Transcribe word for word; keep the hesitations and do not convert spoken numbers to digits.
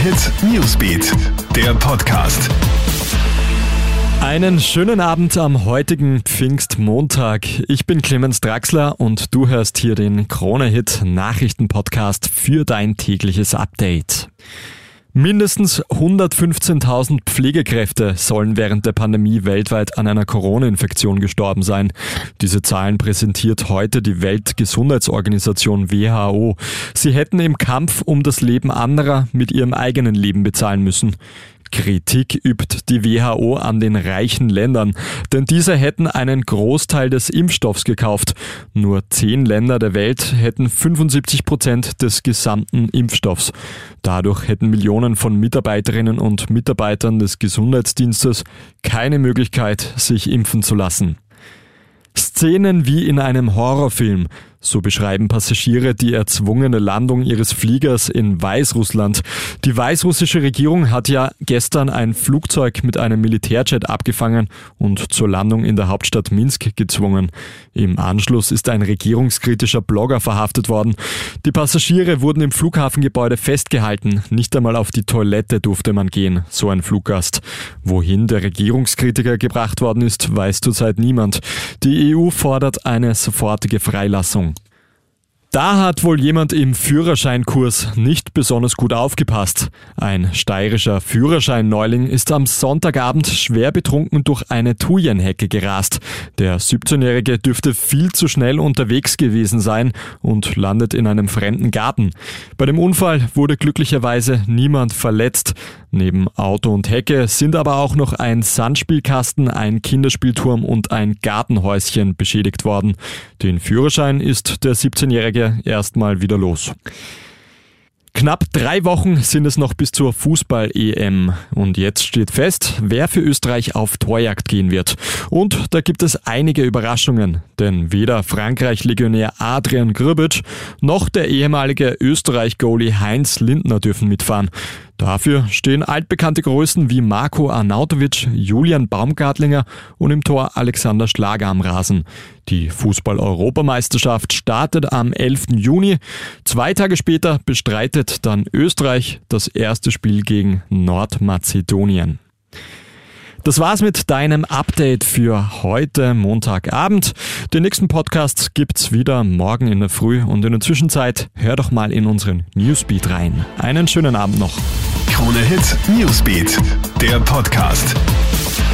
Hit Newsbeat, der Podcast. Einen schönen Abend am heutigen Pfingstmontag. Ich bin Clemens Draxler und du hörst hier den Krone Hit Nachrichten-Podcast für dein tägliches Update. Mindestens hundertfünfzehntausend Pflegekräfte sollen während der Pandemie weltweit an einer Corona-Infektion gestorben sein. Diese Zahlen präsentiert heute die Weltgesundheitsorganisation W H O. Sie hätten im Kampf um das Leben anderer mit ihrem eigenen Leben bezahlen müssen. Kritik übt die W H O an den reichen Ländern, denn diese hätten einen Großteil des Impfstoffs gekauft. Nur zehn Länder der Welt hätten fünfundsiebzig Prozent des gesamten Impfstoffs. Dadurch hätten Millionen von Mitarbeiterinnen und Mitarbeitern des Gesundheitsdienstes keine Möglichkeit, sich impfen zu lassen. Szenen wie in einem Horrorfilm. So beschreiben Passagiere die erzwungene Landung ihres Fliegers in Weißrussland. Die weißrussische Regierung hat ja gestern ein Flugzeug mit einem Militärjet abgefangen und zur Landung in der Hauptstadt Minsk gezwungen. Im Anschluss ist ein regierungskritischer Blogger verhaftet worden. Die Passagiere wurden im Flughafengebäude festgehalten. Nicht einmal auf die Toilette durfte man gehen, so ein Fluggast. Wohin der Regierungskritiker gebracht worden ist, weiß zurzeit niemand. Die E U fordert eine sofortige Freilassung. Da hat wohl jemand im Führerscheinkurs nicht besonders gut aufgepasst. Ein steirischer Führerschein-Neuling ist am Sonntagabend schwer betrunken durch eine Thujenhecke gerast. Der siebzehnjährige dürfte viel zu schnell unterwegs gewesen sein und landet in einem fremden Garten. Bei dem Unfall wurde glücklicherweise niemand verletzt. Neben Auto und Hecke sind aber auch noch ein Sandspielkasten, ein Kinderspielturm und ein Gartenhäuschen beschädigt worden. Den Führerschein ist der siebzehnjährige erstmal wieder los. Knapp drei Wochen sind es noch bis zur Fußball-E M. Und jetzt steht fest, wer für Österreich auf Torjagd gehen wird. Und da gibt es einige Überraschungen. Denn weder Frankreich-Legionär Adrian Grbić noch der ehemalige Österreich-Goalie Heinz Lindner dürfen mitfahren. Dafür stehen altbekannte Größen wie Marko Arnautovic, Julian Baumgartlinger und im Tor Alexander Schlager am Rasen. Die Fußball-Europameisterschaft startet am elften Juni. Zwei Tage später bestreitet dann Österreich das erste Spiel gegen Nordmazedonien. Das war's mit deinem Update für heute Montagabend. Den nächsten Podcast gibt's wieder morgen in der Früh und in der Zwischenzeit hör doch mal in unseren Newsbeat rein. Einen schönen Abend noch. Krone Hit Newsbeat, der Podcast.